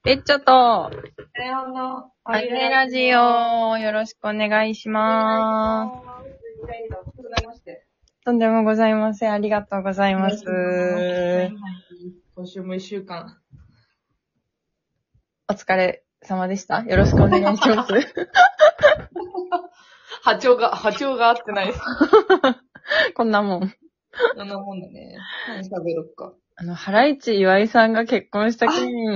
ペッチョと、 レオのアニメラジオ、よろしくお願いします。とんでもございません。ありがとうございます。 今週も一週間。 お疲れ様でした。よろしくお願いします。 波長が合ってないです。 こんなもん。 そんなもんだね。何喋ろっか。 ハライチ岩井さんが結婚した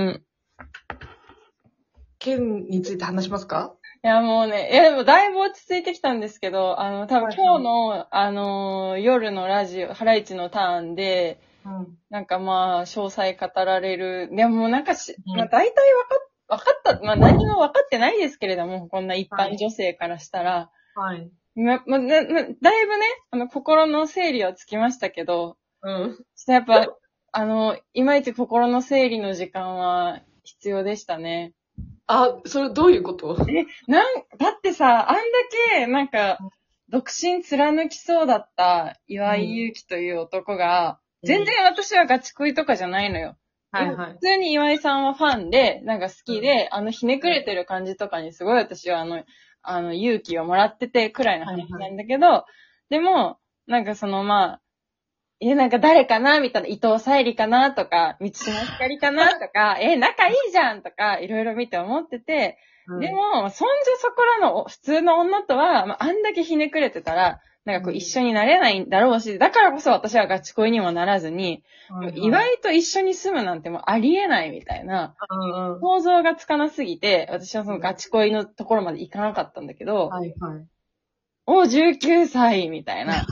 件について話しますか？ いやもうね、でもだいぶ落ち着いてきたんですけど、多分今日の、夜のラジオ、ハライチのターンで、なんかまあ、詳細語られる。でもなんかまあ大体分かった、まあ何も分かってないですけれども、こんな一般女性からしたら。 はい。 だいぶね、心の整理はつきましたけど、やっぱ、いまいち心の整理の時間は必要でしたね。 あ、それどういうこと？ だってさ、あんだけ、なんか、独身貫きそうだった岩井勇気という男が、全然私はガチ恋とかじゃないのよ。 はいはい。 普通に岩井さんはファンで、なんか好きで、ひねくれてる感じとかにすごい私は勇気をもらっててくらいの話なんだけど、でも、なんかまあ、なんか誰かなみたいな、伊藤沙莉かなとか、満島ひかりかなとか、仲いいじゃんとか、いろいろ見て思ってて、でも、そんじょそこらの普通の女とは、まあ、あんだけひねくれてたら、なんかこう一緒になれないんだろうし、だからこそ私はガチ恋にもならずに、岩井と一緒に住むなんてもうありえないみたいな、想像がつかなすぎて、私はそのガチ恋のところまで行かなかったんだけど、19歳みたいな。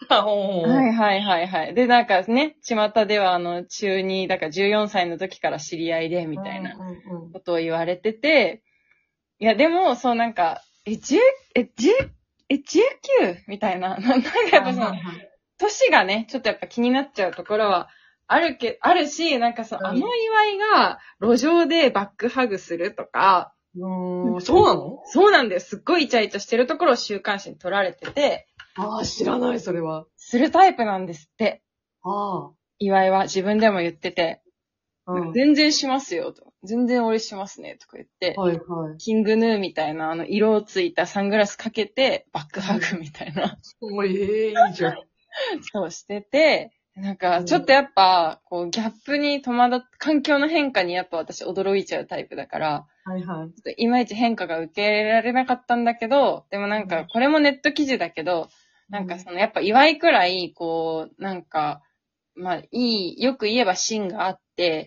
はい。で、なんかね、巷では中2、だから14歳の時から知り合いで、みたいなことを言われてて、いや、でも、そうなんか、19? みたいな。なんかやっぱ年がね、ちょっとやっぱ気になっちゃうところはあるし、なんか岩井が路上でバックハグするとか、 そうなの？ そうなんだよ。すっごいイチャイチャしてるところを週刊誌に撮られてて、 知らない、それは。 するタイプなんですって。岩井は自分でも言ってて、全然しますよと。全然俺しますねとか言って、キングヌーみたいな色をついたサングラスかけてバックハグみたいな。 いいじゃん。 そうしてて、なんかちょっとやっぱこうギャップに環境の変化にやっぱ私驚いちゃうタイプだから、いまいち変化が受け入れられなかったんだけど、でもなんかこれもネット記事だけど、なんかやっぱ岩井くらいこうなんかまあよく言えば芯があって、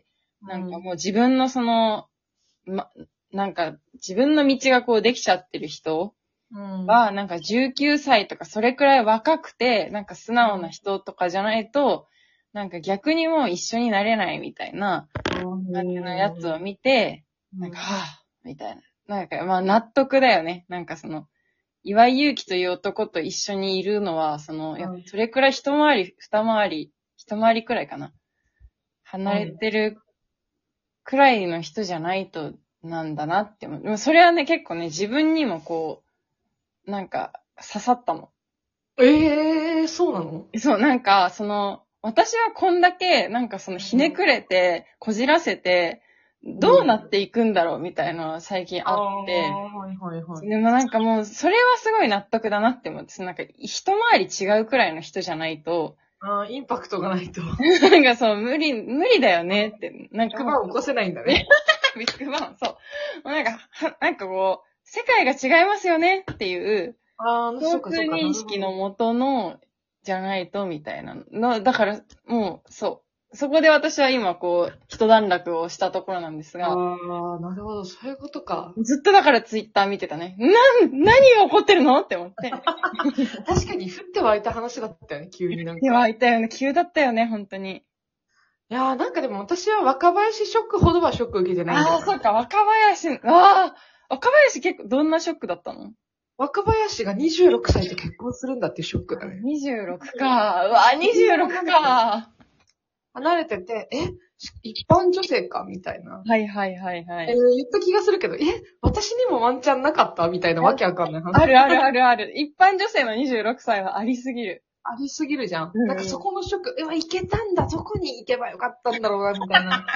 なんかもう自分のなんか自分の道がこうできちゃってる人は、なんか19歳とかそれくらい若くて、なんか素直な人とかじゃないと、なんか逆にもう一緒になれないみたいな感じのやつを見て、なんか、はぁ、みたいな。なんか、まあ納得だよね。なんか岩井勇気という男と一緒にいるのは、やっぱそれくらい一回りくらいかな。離れてるくらいの人じゃないとなんだなって思う。でもそれはね、結構ね、自分にもこう、なんか刺さったの。 そうなの？ そう、なんか、私はこんだけ、なんかひねくれて、こじらせて、どうなっていくんだろうみたいなのが最近あって。でもなんかもう、それはすごい納得だなって思って、なんか一回り違うくらいの人じゃないと。 インパクトがないと。 なんかそう、無理だよねって。なんか。 ビッグバン起こせないんだね。 ビッグバン、そう。なんかこう、世界が違いますよねっていう、共通認識のもとの、じゃないと、みたいなの。だから、もう、そう。そこで私は今、こう、一段落をしたところなんですが。 なるほど、そういうことか。 ずっとだからツイッター見てたね。何が起こってるのって思って。 確かに、降って湧いた話だったよね、急になんか。 降って湧いたよね、急だったよね、本当に。 いやー、なんかでも私は若林ショックほどはショック受けてないんだよ。 そっか、若林結構どんなショックだったの？ 若林が26歳で結婚するんだっていうショックだね。 26か。26か。 離れてて、一般女性かみたいな。 はい。 言った気がするけど、私にもワンチャンなかったみたいなわけわかんない話。 ある。一般女性の26歳はありすぎる。 ありすぎるじゃん。なんかそこのショック、いけたんだ、どこに行けばよかったんだろうな、みたいな。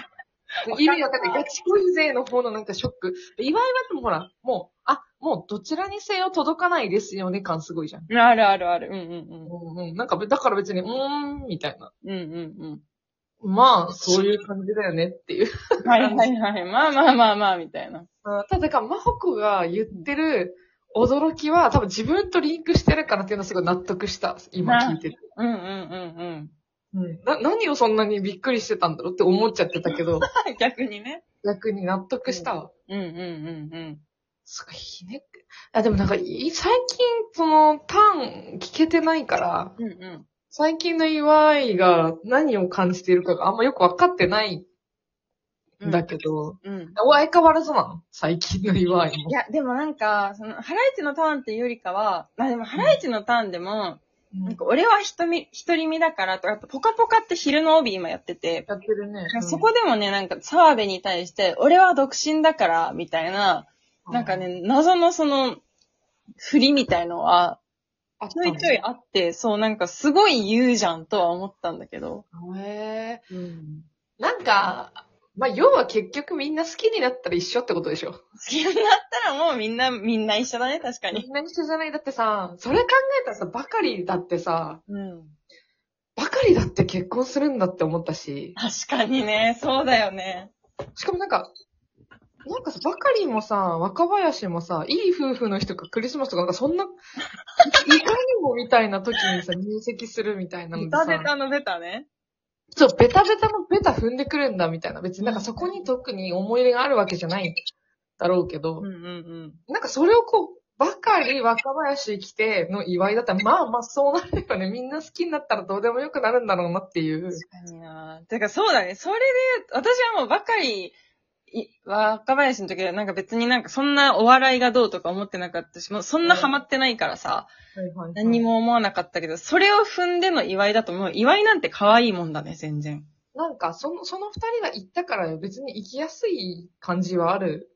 意味わかんない。ガチ恋勢の方のなんかショック。岩井はでもほら、もうどちらにせよ届かないですよね感すごいじゃん。 あるあるある。うんうん。 なんか、だから別に、みたいな。 うんうんまあ、そういう感じだよねっていう。 うん。はいはいはい。まあまあまあまあ、みたいな。 ただ、マホコが言ってる驚きは多分自分とリンクしてるからっていうのをすごい納得した。今聞いてて。 うんうんうん何をそんなにびっくりしてたんだろうって思っちゃってたけど、 うん。逆にね。 逆に納得したわ。 うんうんうんすごい、でもなんか、最近、その、ターン聞けてないから、 うん。うんうん。 最近の岩井が何を感じているかがあんまよくわかってないんだけど、相変わらずなの最近の岩井も。 いや、でもなんか、その、ハライチのターンっていうよりかは、まあでも、ハライチのターンでも、なんか俺は独り身だからと、あと、ポカポカって昼の帯今やってて、 やってるね。 そこでもね、なんか、澤部に対して、俺は独身だから、みたいな、なんかね、謎のその、振りみたいのは、ちょいちょいあって、そう、なんかすごい言うじゃんとは思ったんだけど。 なんか、まあ、要は結局みんな好きになったら一緒ってことでしょ。 好きになったらもうみんな一緒だね、確かに。 みんな一緒じゃない。だってさ、それ考えたらさ、バカリだってさ、バカリだって結婚するんだって思ったし。 確かにね、そうだよね。 しかもなんかさ、バカリもさ、若林もさ、いい夫婦の日とかクリスマスとかなんかそんな、いかにもみたいな時にさ、入籍するみたいなのでさ。 ベタのベタね。 そう、ベタベタのベタ踏んでくるんだみたいな。別になんかそこに特に思い入れがあるわけじゃないだろうけど、なんかそれをこう、ばかり若林来ての祝いだったら、まあまあそうなるよね。みんな好きになったらどうでもよくなるんだろうなっていう。 確かにな。てかそうだね。それで言う、私はもうばかり、若林の時はなんか別になんかそんなお笑いがどうとか思ってなかったし、もうそんなハマってないからさ、何にも思わなかったけど、それを踏んでの祝いだともう祝いなんて可愛いもんだね、全然。 なんかその二人が行ったから別に行きやすい感じはある。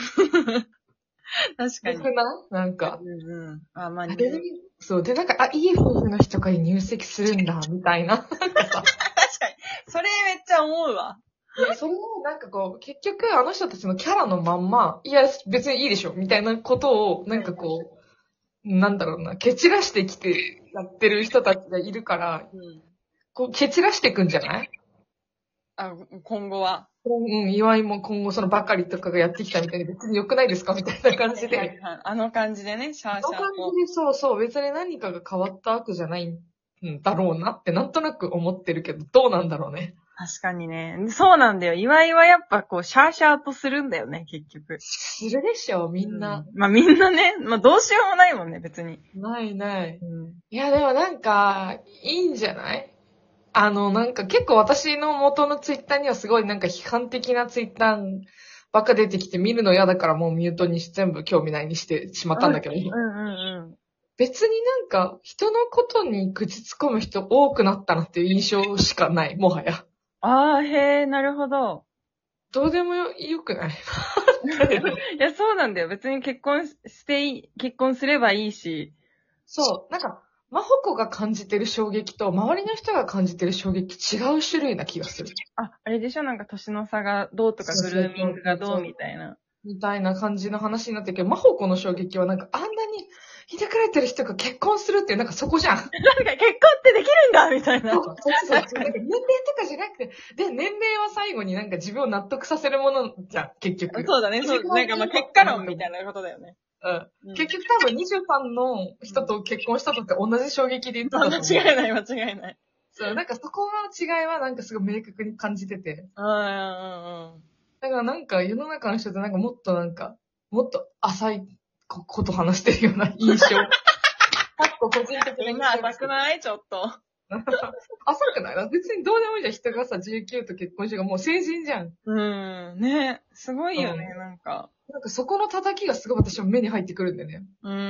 確かに。 なんか。 あ、まあね。 そう。で、なんか、いい夫婦の日とかに入籍するんだ、みたいな。確かに。 それめっちゃ思うわ。 それもなんかこう、結局あの人たちのキャラのまんま、いや、別にいいでしょ、みたいなことを、なんかこう、なんだろうな、蹴散らしてきてやってる人たちがいるから、こう、蹴散らしていくんじゃない？ 今後は。 岩井も今後そのばかりとかがやってきたみたいで別に良くないですかみたいな感じで。 あの感じでね、シャーシャーと。 あの感じで、そう、別に何かが変わったわけじゃないんだろうなってなんとなく思ってるけど、どうなんだろうね。 確かにね。そうなんだよ。岩井はやっぱこう、シャーシャーとするんだよね、結局。 するでしょ、みんな。 まあみんなね、まあどうしようもないもんね、別に。 ない。いや、でもなんか、いいんじゃない？なんか結構私の元のツイッターにはすごいなんか批判的なツイッターばっか出てきて見るの嫌だからもうミュートにし全部興味ないにしてしまったんだけど。別になんか人のことに口突っ込む人多くなったなっていう印象しかない、もはや。 へえ、なるほど。 どうでもよくないいや、そうなんだよ。別に結婚すればいいし。 そう。なんか、真帆子が感じてる衝撃と、周りの人が感じてる衝撃違う種類な気がする。 あれでしょ？なんか年の差がどうとか、グルーミングがどうみたいな。 みたいな感じの話になってるけど、真帆子の衝撃はなんかあんなにひねくれてる人が結婚するっていう、なんかそこじゃん。なんか結婚ってできるんだみたいな。 そう。なんか年齢とかじゃなくて、で、年齢は最後になんか自分を納得させるものじゃん、結局。 そうだね、そう。なんかまあ結果論みたいなことだよね。 結局多分23の人と結婚したとって同じ衝撃で言ったと思う。 間違いない。 そう、なんかそこの違いはなんかすごい明確に感じてて。だからなんか世の中の人ってなんかもっと浅いこと話してるような印象。個人的に。みんな浅くないちょっと。 浅くない別にどうでもいいじゃん。人がさ、19と結婚してがもう成人じゃん。 ねすごいよね、なんか。 なんかそこの叩きがすごい私も目に入ってくるんだよね。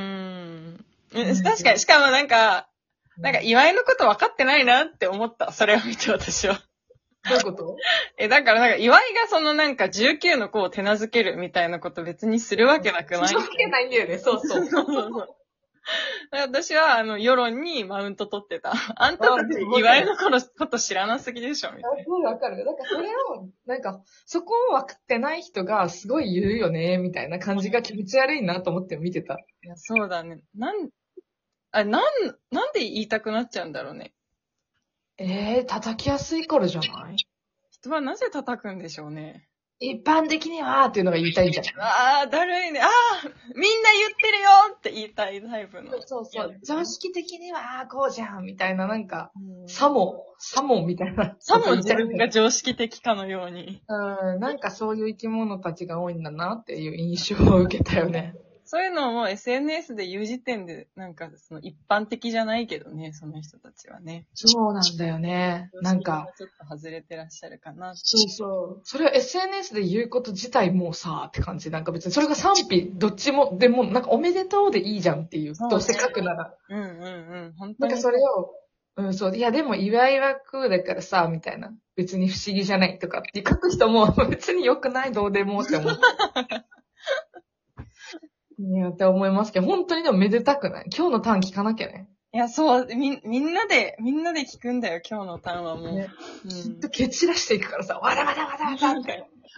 確かに、しかもなんか岩井のこと分かってないなって思った。それを見て私は。 どういうこと？ だからなんか岩井がそのなんか19の子を手なずけるみたいなこと別にするわけなくない？ するわけないんだよね、そう。 私は、世論にマウント取ってた。あんたたち岩井のこと知らなすぎでしょみたいな。 すごいわかる。だからそれを、そこを分かってない人がすごい言うよね、みたいな感じが気持ち悪いなと思って見てた。 いや、そうだね。なんで言いたくなっちゃうんだろうね。 叩きやすいからじゃない？ 人はなぜ叩くんでしょうね。 一般的にはっていうのが言いたいんじゃない？ だるいね。みんな言ってるよって言いたいタイプの。 そう。常識的にはこうじゃん、みたいな、さもみたいな。 さも自分が常識的かのように。 そういう生き物たちが多いんだなっていう印象を受けたよね。 そういうのをもう SNS で言う時点で、その一般的じゃないけどね、その人たちはね。 そうなんだよね。 ちょっと外れてらっしゃるかな。 そう。それは SNS で言うこと自体もうさ、って感じ。別にそれが賛否、どっちも、でも、おめでとうでいいじゃんっていう。どうせ書くなら。 本当に。 それを、そう。いや、でも、祝いは空だからさ、みたいな。別に不思議じゃないとかって書く人も別に良くない、どうでもって思う。いや、って思いますけど、本当にでもめでたくない？今日のターン聞かなきゃね。 いや、そう、みんなで聞くんだよ、今日のターンはもう。 ね、きっと蹴散らしていくからさ、わだって。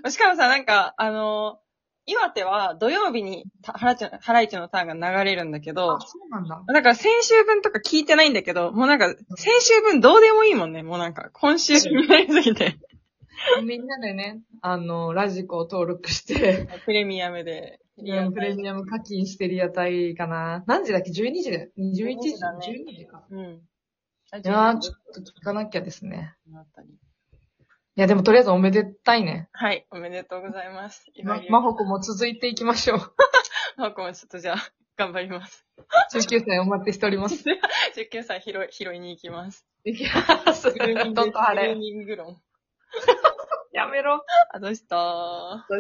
しかもさ、岩手は土曜日にハライチのターンが流れるんだけど、 そうなんだ。 だから先週分とか聞いてないんだけど、もう先週分どうでもいいもんね、もう今週になりすぎて。 みんなでね、ラジコを登録して、 プレミアムで。 プレミアム課金してリアタイかな。何時だっけ？ 12 時だよ。11時だね。 12時か。 うん。いやー、ちょっと聞かなきゃですね。いや、でもとりあえずおめでたいね。 はい、おめでとうございます。 まほこも続いていきましょう。 まほこもちょっとじゃあ、頑張ります。 19歳お待ちしております。 19歳拾いに行きます。 行きます。どんと晴れ。 グルーミング論。 やめろ。 どうした